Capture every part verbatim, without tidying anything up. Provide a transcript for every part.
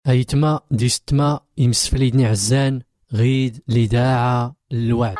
أيتما ديستما يمسفليدني عزان غيد لداعة الوعد.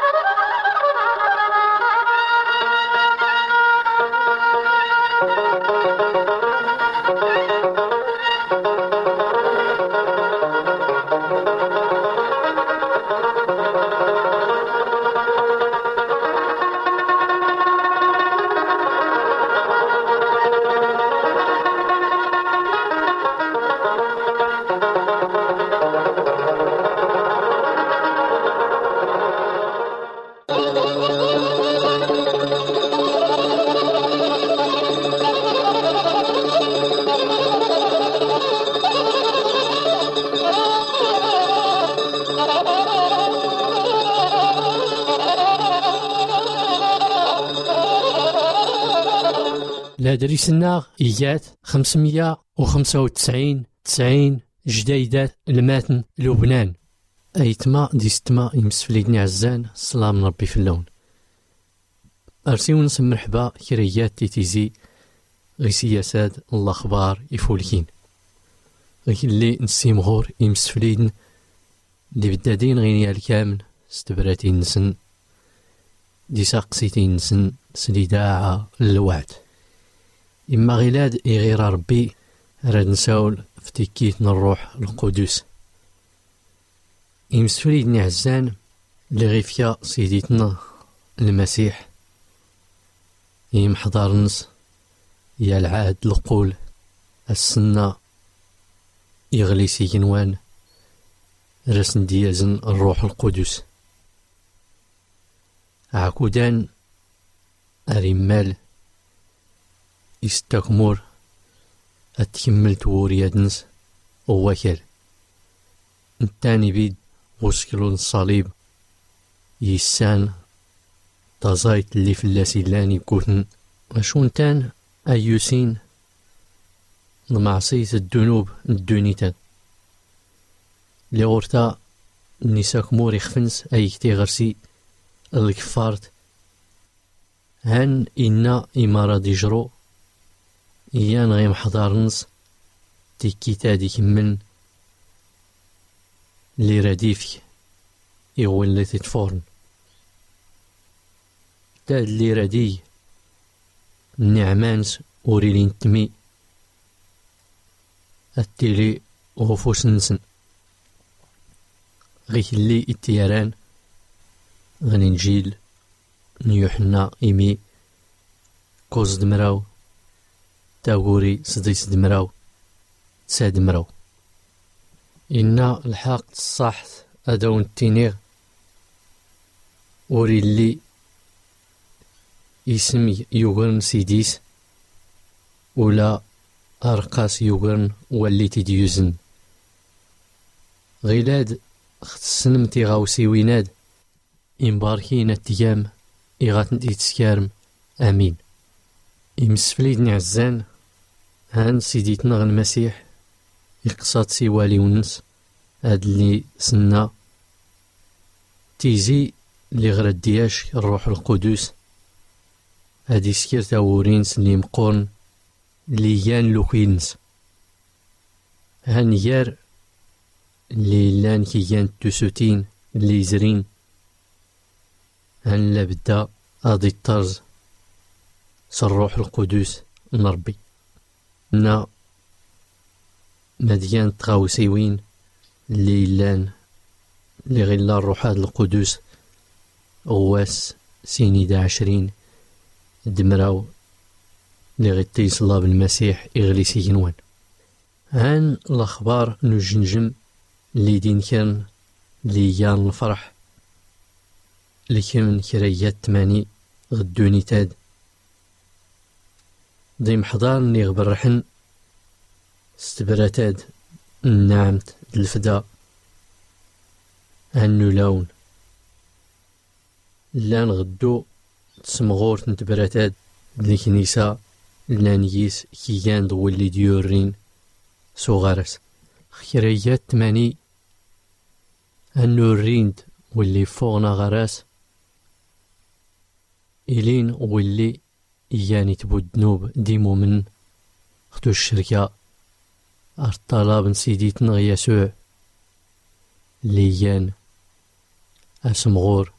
لادريسنا إيجات خمسمية وخمسة وتسعين تسعين جديدات الماتن لبنان. أيتما ديستما يمسفليدني عزان السلام من ربي في اللون. أرسي ونسم مرحبا كريات تيتيزي غي سياسات الأخبار يفولكين غي اللي نسيمغور يمسفليدن دي بدادين غينيا الكامل استبراتين نسن دي ساقسيتين نسن سليداعة الوعد. إما غيلاد إغير ربي راد نساول في تكيتنا الروح القدس يمسفليدني عزان لغيفيا سيديتنا المسيح يمحضر نس يا العهد القول السنة يغلي سيجنوان رسن ديازن الروح القدس عكودان أريمال يستكمر أتكمل توريادنس ووكل التاني بيد غسكلون الصليب يسان تزايت اللي في اللاسيلاني كوثن وشونتان أيوسين المعصية الذنوب الدونيتان لغورتا نساك موري خفنس أي كتي غرسي الكفارت هان إنا إمارة ديجرو إيان غيم حضارنس تيكيتا دي كمن لي رديفك إغوالي تتفورن تاد لي ردي النعمانس وريلين تمي التيلي غفوس نسن غيك اللي التياران غننجيل نيوحنا إيمي كوز دمراو تاغوري سديس دمراو تساد دمراو إنا الحاق الصحت أدون التينيغ وري اللي اسم يوغرن سيديس ولا أرقاس يوغرن واللي تديوزن غيلاد ختصن متي غاوسي ويناد إمباركين التيام إغاتن تيتسكارم آمين. يمسفليدني عزان هان سيديتنا غن المسيح يقصاد سيوالي ونس هاد اللي سنة تيزي اللي غرد دياش الروح القدس هادي سكير تاورينس اللي مقورن اللي يان لوكينس هان يار اللي لان كيان تسوتين اللي زرين هان لابدا هادي الطرز سالروح القدس نربي نا مديان تغاوسيوين اللي لان اللي غيلا الروح هاد القدس غواس سينيدا عشرين دمراو اللي غيتي يصلى بالمسيح إغلي سيجنوان هان الأخبار نجنجم اللي دين كان اللي يان الفرح اللي كان كريات تماني غدوني تاد دي محضار ني غبرحن استبراتاد النعمت الفدا هنو لون لان غدو تسمغور تنتبراتاد دي كنيسة لانيس كيان دولي ديورين صغارس خيريات تماني هنو الريند واللي فوقنا غراس إلين واللي إياني تبو الذنوب ديمو من ختو الشركة الطلب نسيديتنا يسوع ليان أسمغور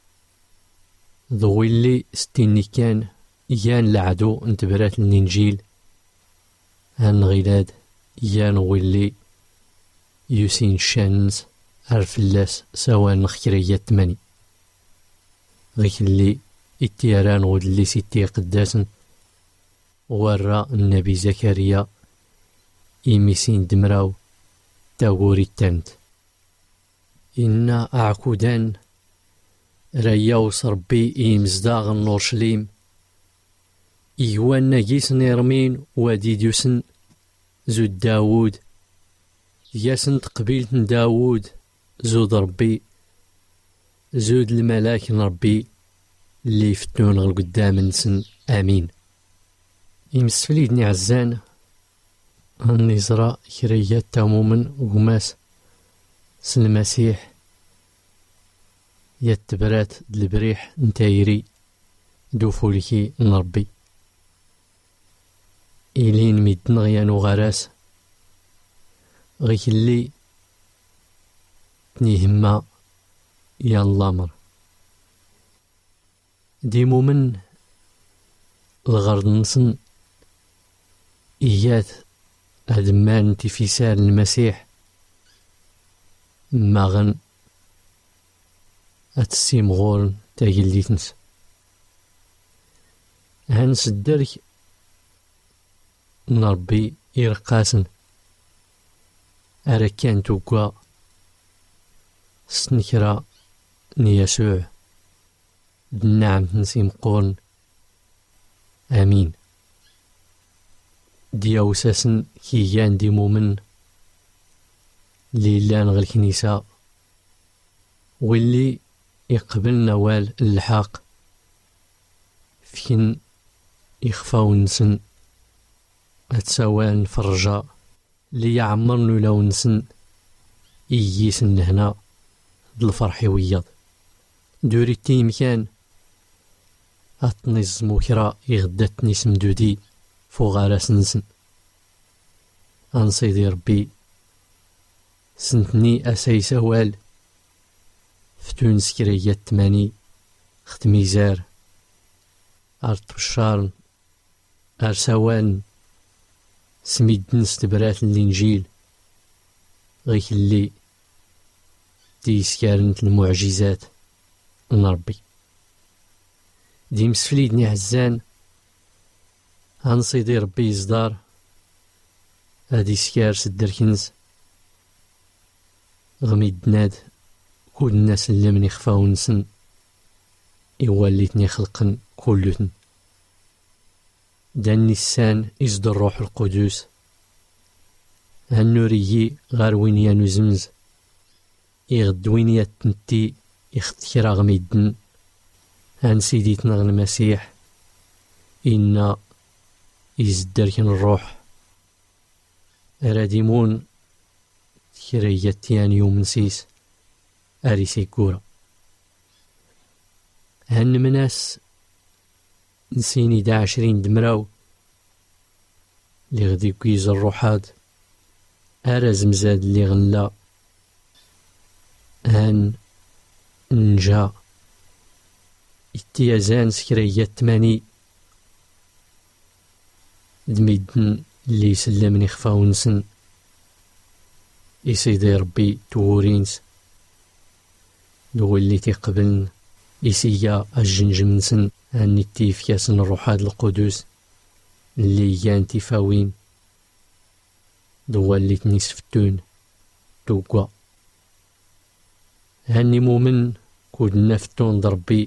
ذو اللي ستيني كان يان العدو انتبرات الإنجيل هان غلاد يان ولي يوسين شانز عرف اللاس سواء نخكرية تماني غيك اللي اتياران غود اللي ستي قداسن ورا النبي زكريا إيميسين دمراو تاغوري التانت إنا أعكودان رياوس ربي إيمزداغ النورشليم إيوان ناجيس نيرمين وديديوسن زود داوود ياسن تقبيلة داوود زود ربي زود الملاك ربي اللي يفتون غل قدام نسن آمين. يمسفليدني عزان النزرة كريات تامومن وماس سن المسيح يتبرات البريح نتايري دوفولكي نربي إلين ميدن غيان وغراس غيك اللي تنيهما يا اللامر ديمو من الغرض نسن إيات هدمان تفسار المسيح ماغن أتسيم غورن تاجليتنس هانس الدرك نربي إرقاسن أركان توقع سنكرا نيسوع النعم نسيم قورن آمين. دياوساسن كيان دي مومن ليلان غير الكنيسة واللي يقبل نوال الحق فين يخفاو نسن أتساوان فرجاء لي يعمرنو لو نسن إييسن لهنا بالفرح وياض دوري التيم كان أتنظمو كرا يغدتني سمدودي فوغاراس نسن أنصيدي ربي سنتني أسايس أوال فتون سكرية تماني ختميزار أرطبشارن أرسوان سميدن ستبرات الإنجيل غيك اللي تيسكارنت المعجزات نربي دي مسفليدني عزان هنصيدي ربي يصدار هادي سكار سدركنز غميد ناد كل الناس اللي من يخفاو نسن يواليتني خلقن كلتن دان نسان يصدر الروح القدس هالنوريي غار وين يانو زمز يغد وين يتنتي يختكرا غميدن هان سيديتنا المسيح إنا يزدركن الروح راديمون كريتيان يوم نسيس أريسي كورا هن مناس نسيني دا عشرين دمراو لي غدي كويز الروحات أرز مزاد لي غلا هان نجا اتيازان سكريات تماني دميدن اللي يسلمني خفاو نسن يسيدي ربي تورينس دو اللي تيقبلن يسيا الجنجم نسن هاني تيفكاسن الروحات القدس اللي يان تيفاوين دو اللي تنسفتون توقع هاني مؤمن كود نفتون ضربي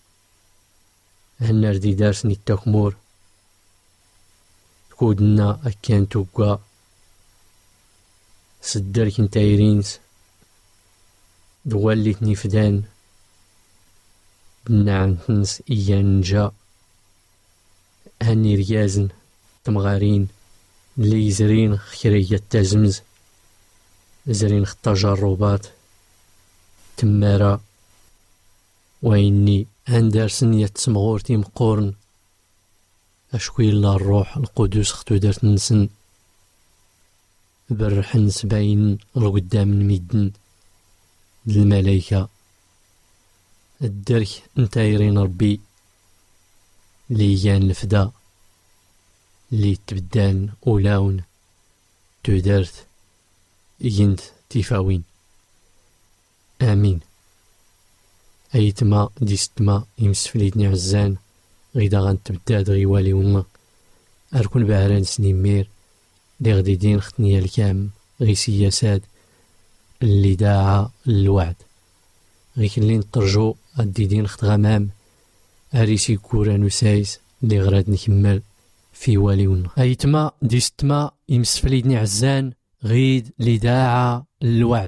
هنردي دارسني التكمور كودنا أكان توقع سدرك نتايرينس دوالي تنفدان بنعم تنس إيان نجا هاني ريازن تمغارين اللي يزرين خيرية تازمز زرين التجربات تمارا وإني هندرسن يتسمغورتي مقورن أشكوي الله الروح القدس ختو دارت نسن برحن سبعين القدام الميدن الملائكة الدرك نتايرين ربي ليان الفدا لي تبدان اولاون تودرت ينت تيفاوين امين ايتما ديستما يمسفليدني عزان غيدا غنتبداد غيوالي وما اركون بعران سنيمير لي غدي دين ختنيا الكام غي سياسات اللي داعا الوعد غي كلي نطرجو غدي دين خت غمام اريسي كوران وسايس اللي غراد نكمل في والي ونا ايتما ديستما يمسفليدني عزان غيد اللي داعا الوعد.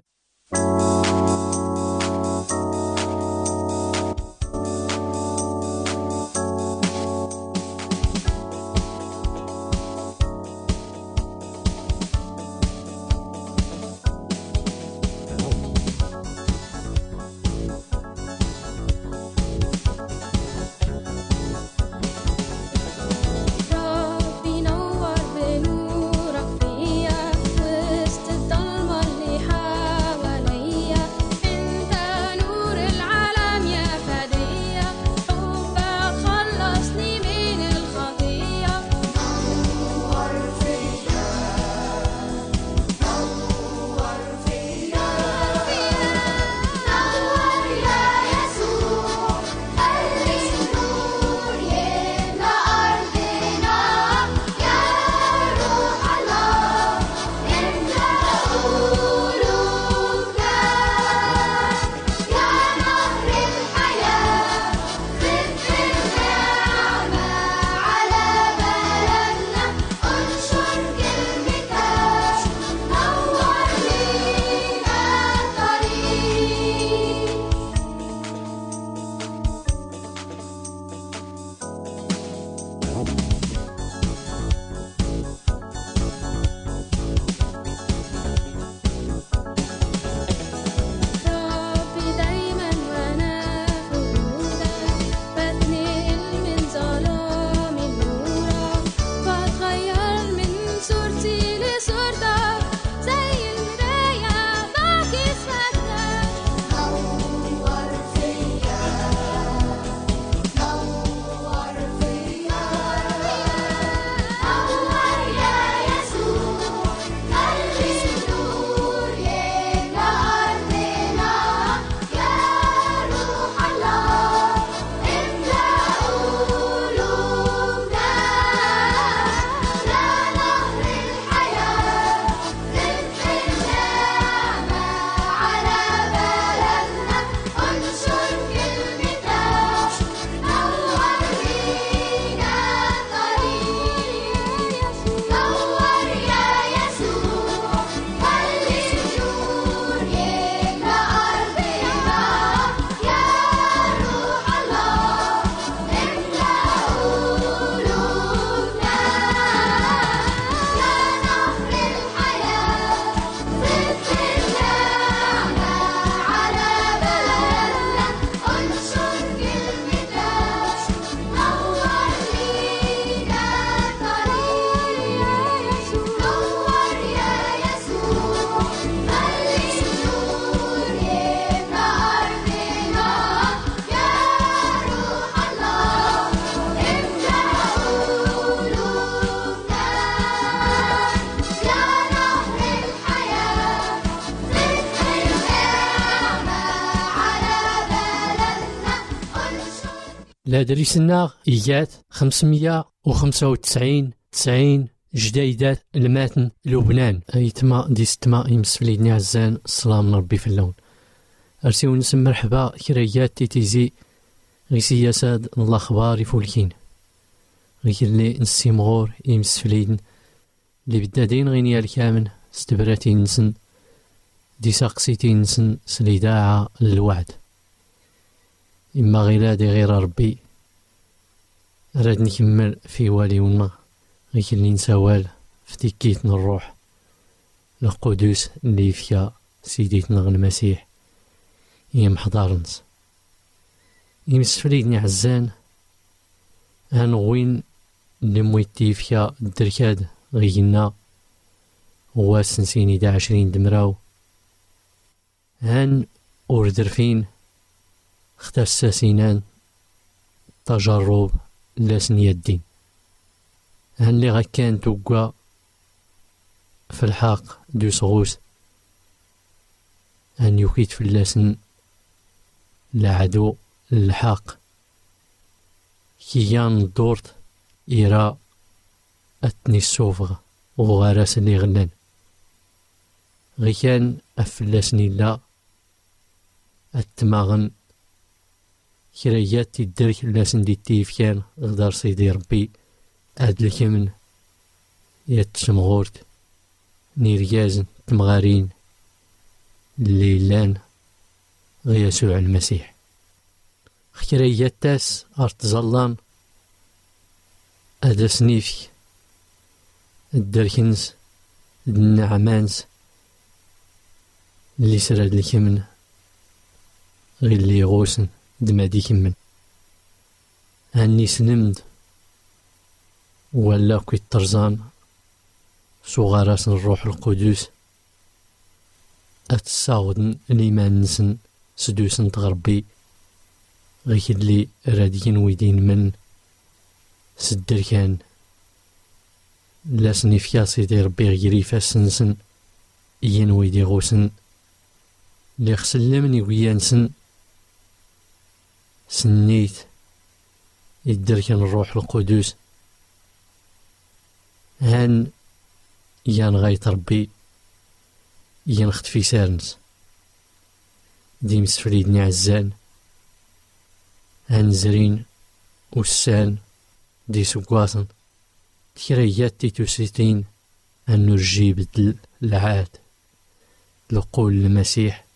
لادريسنا إيجات خمسمية وخمسة وتسعين تسعين جديدات الماتن لبنان أيتما ديستما يمسفليدني عزان السلام ربي في اللون أرسيو نسم مرحبا كريات تيتيزي غي سياساد الأخبار يفولكين غي اللي نسيمغور يمسفليدن اللي بدادين غينيا الكامن استبراتي نسن دي ساقسيتي نسن سليداعة الوعد إما غيلادي غير ربي راد نكمل في والي ونا غيك اللي نسوال في تيكيتنا الروح القدوس اللي فيها سيديتنا المسيح يم حضارنس يمسفليدني عزان هنغوين اللي مويتي فيها الدركاد غينا هو سنسيني دا عشرين دمراو هان أوردرفين اختساسينان تجرب لاسن يدين هان لي غاكان توقع في الحاق دو صغوس هان يوكيت في اللاسن لعدو الحاق كيان دورت إيرا أتني السوفغ وغارس اللي غلان غيكان أفلاسني لا التماغن كريات الدرك لاسن دي التيف كان غدار سيدي ربي هاد الكمن يتسمغورت نيريازن تمغارين الليلان غيسوع المسيح خكريات تاس ارتزالان هذا سنيفك الدركنز النعمانز اللي سراد الكمن غير اللي يغوسن دمادي كمن هاني سنمد ولا كي الطرزان صغاراس الروح القدس أتساغدن الإيمان نسن سدوسن تغربي غيك اللي رادين ويدين من سدر كان لاسني فيا سيدي ربي غيري فاسنسن ين ويدي غوسن اللي خسلمني ويانسن سنيت يدر كان الروح القدس هان يان غايت ربي ين خطفي سارنس ديم سفريدني عزان هان زرين وسان دي سوقاسن تكريات تيتوسيتين أن نرجي بدل العاد لقول المسيح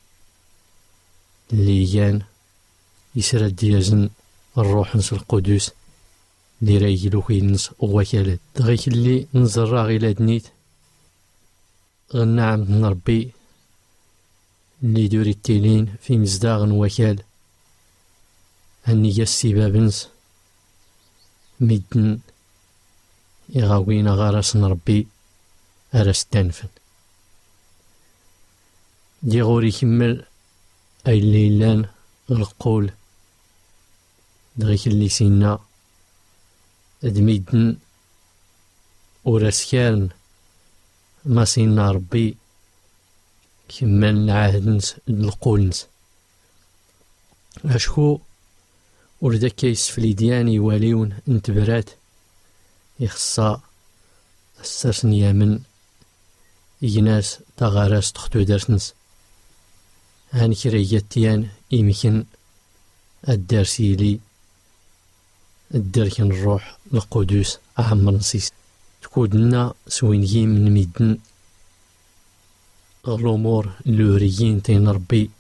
اللي يان يسرد ديازن الروح نس القدس اللي رايلو كينس وكالات غيك اللي نزرع غيلا دنيت غنعم من ربي اللي دوري التيلين في مزداغ وكال هني السبابنس مدن يغاوين غارسن ربي أرس تنفن دي غوري كمل أي الليلان القول دغيك اللي سينا دميدن ورسكارن ما سينا ربي كمل العهدنس القولنس أشكو وردا كيس فليديان يواليون انتبرات يخصا السرسن يامن يجناس تغاراس تختو درسنس هان كرياتيان يمكن الدارسيلي الدركن الروح القدس أهم نصيص تكودنا سوينجي من ميدن الأمور اللوريين تين ربي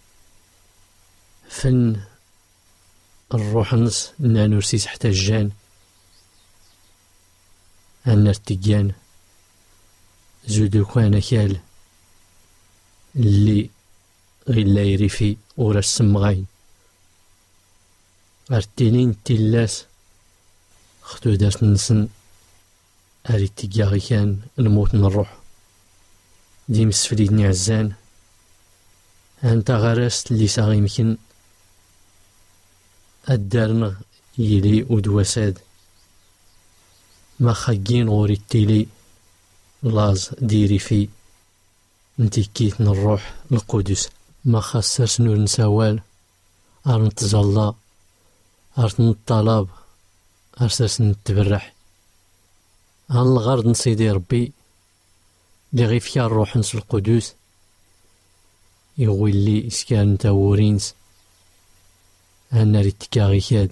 فن الروح نص نانورسيس حتى الجان النرتجان زودو كان كال اللي غيلا يريفي ورا السمغاين ارتينين تلاس خطو دارت نسن اريد تجاغي كان الموت من الروح ديم سفليدني عزان انت غرست اللي ساغي يمكن الدارنغ يلي ودواساد ما خاقين غوري التيلي لاز ديري في نتيكيت الروح القدس ما خسرش نور نسوال ارنتزالا ارتن الطلب ارسرس نتبرح هان الغرض نسيدي ربي لي غي فيا الروح نس القدس يغولي اسكان تاورينس انا ريت كاغي كاد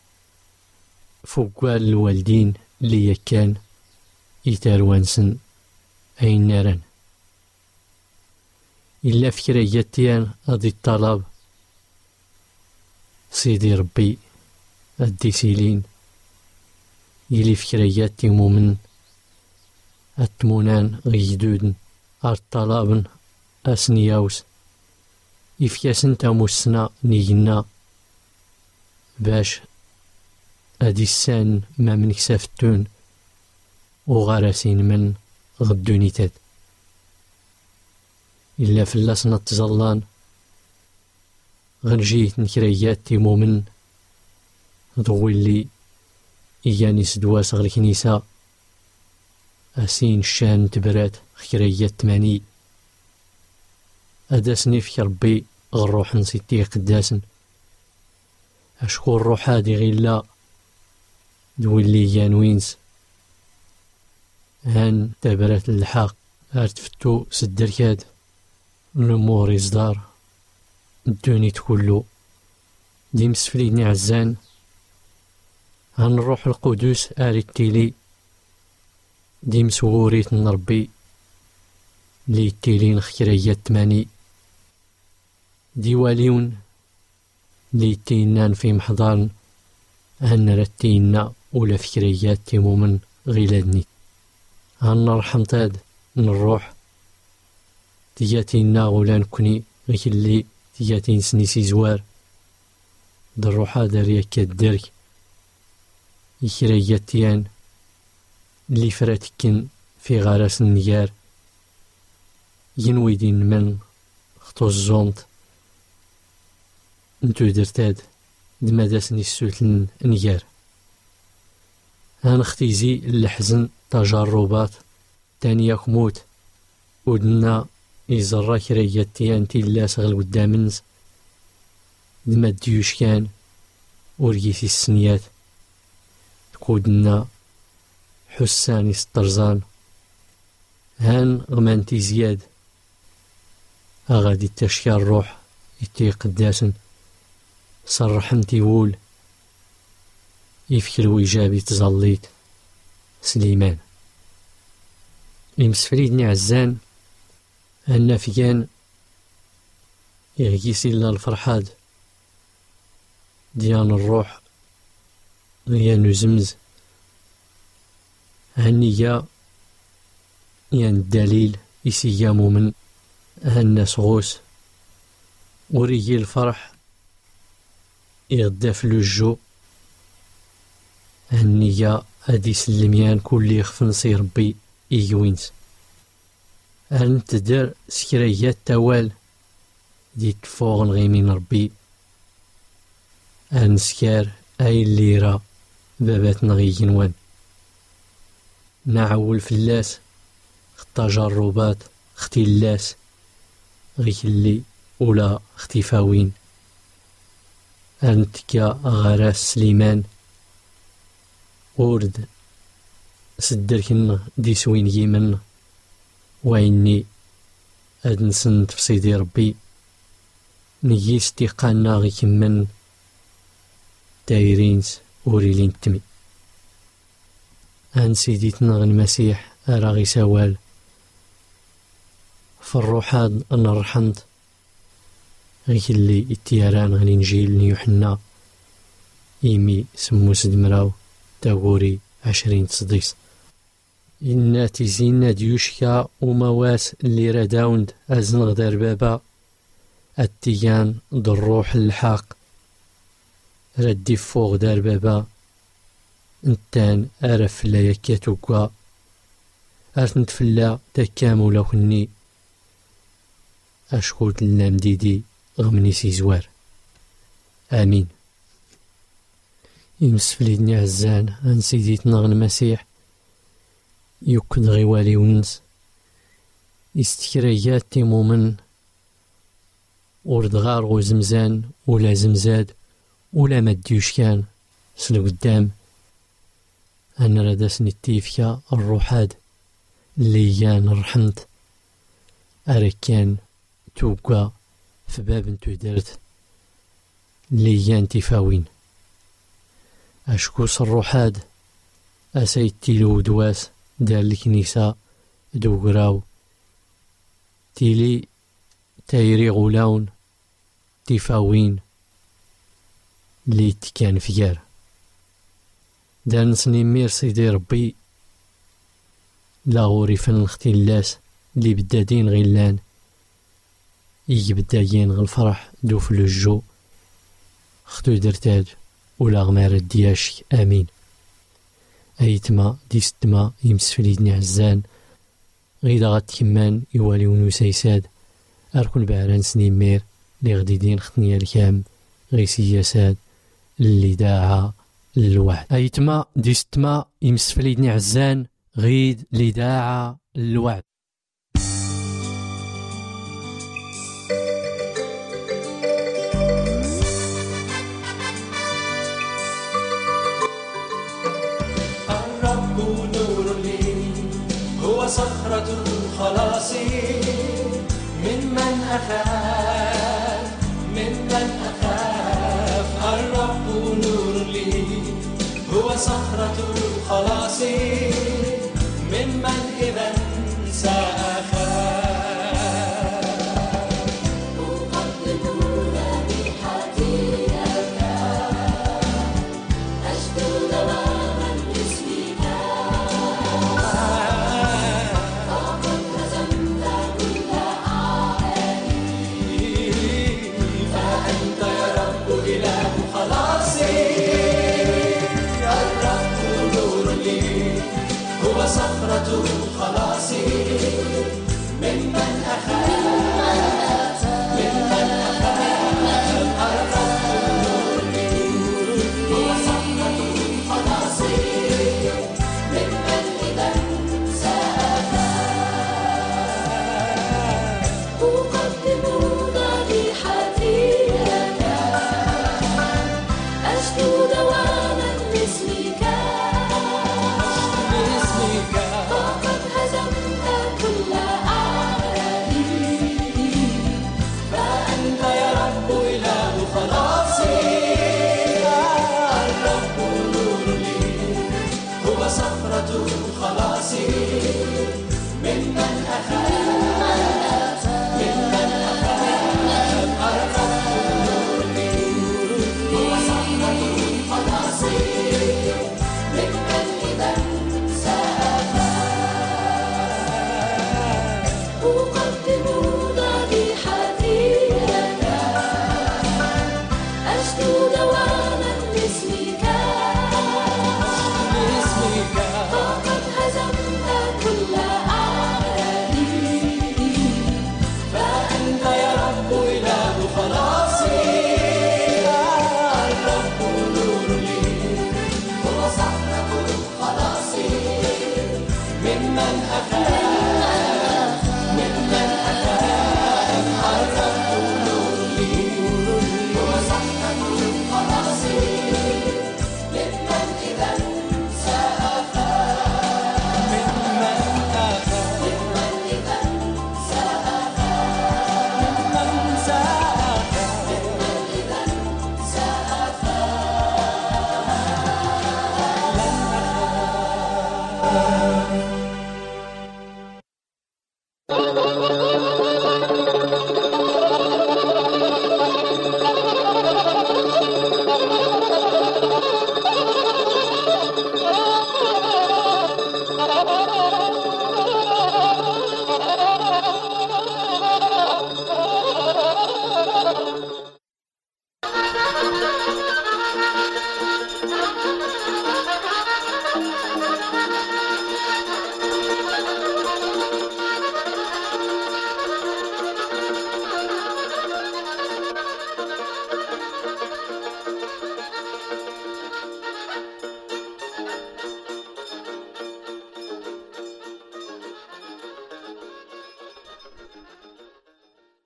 فوق الوالدين اللي يكان يتاروانسن اين نارن إلا فكرياتيان أدي الطلب سيدي ربي أدي سيلين يلي فكرياتي مومن التمونان غيدودن الطلبن أسنياوس إفكاسن تاموسنا نيجنا باش أدي السان ما من كسافتون وغارسين من غدونيتات إلا فلاسنا تزلان غنجيه نكريات تيمومن ضويلي إياني سدواس غير كنيسة أسين الشان تبرات خكريات تماني أداسني في ربي غروح نسيتي قداسن أشكو الروح هادي غيلا دويلي يانوينس هان تبرات الحق ارتفتو سدركاد الأمور يصدار الدوني تكلو ديم سفليني عزان هان الروح القدس آريتيلي ديم سغوريت نربي لي تيلين خكريات تماني ديواليون لي تينان في محضان هان رتينا ولا فكريات تيمومن غيلادني هان رحمتاد نروح تياتينا ولا نكوني غيلي تياتين سنيسي زوار دروحا داريا كالدرك يكريات تيان اللي فراتكن في غراس النيار ينويدين من خطو الزونت نتو درتاد دماداسني السلطن نيار هان اختيزي اللحزن تجربات تانية كموت ودنا يزرى كريات تيان تيلاس غل قدامنز دما ديوش كان ورقيسي السنيات تقودنا حسان يسترزان هان غمانتي زياد أغادي تشكى الروح يتي قداسن صرحنتي وول يفكر ويجابي تزليت سليمان يمسفريدني عزان أن فيان يغيسي لنا الفرحاد ديان الروح غيان زمز هنيا يان الدليل يسيامو من هالناس غوس وريجي الفرح يغداف لجو هنيا هادي سلميان كل يخف نصير ربي إيوينس هل تدر سكريات توال ديك فوغ غيمين ربي أنسكار أي الليرة بابات نغيين وان نعول فلاس التجربات اختلاس غيلي ولا اختفاوين أنتكا غراس سليمان ورد سدركن دي سوين يمن ويني أدنسن تفصيدي ربي نيستي قانا غي كمن دايرينس وريلين تمي أن سيديتنا غن المسيح أراغي سوال فالروحاد أن رحمت غي اللي اتياران غن إنجيل نيوحنا إيمي سمو سدمراو تاغوري عشرين تصديس إنا تيزينا ديوشكا ومواس اللي رداوند أزن غدار بابا التيان دروح الحق ردي فوق دار بابا انتان أرف لا يكاتوكا أرتنت فلا تكامو لوكني أشكوت لنا مديدي غمني سيزوار آمين يمسفليدني عزان أن سيديتنا غن المسيح يكد غيوالي ونس استكريات تيمومن وردغار غو زمزان ولا زمزاد ولا مديوش كان سلو قدام أنا ردسني التيفيا الروحاد اللي يان رحمت أركان توقع في باب انتو درت اللي يان تفاوين أشكوس الروحاد أسيد تيلو دواس دار الكنيسة دوغراو تيلي تايري غولاون تفاوين اللي تكان فيار دار نسني مير سيدي ربي لا غوري فن الاختلاس اللي بدادين غيلان يجي بدايين غالفرح دو في الجو خدو درتاج ولا غمار الدياش آمين أيتما ديستما يمسفليدني عزان غيدا غات كمان يواليون وسيساد أركن بعران سنيمير لي غديدين ختنيا الكام غي سياسات اللي داعا للوعد. أيتما ديستما يمسفليدني عزان غيد اللي داعا للوعد. الرب نور لي هو صخرة الخلاص ممن أخاف ممن أخاف. الرب نور لي هو صخرة الخلاص ممن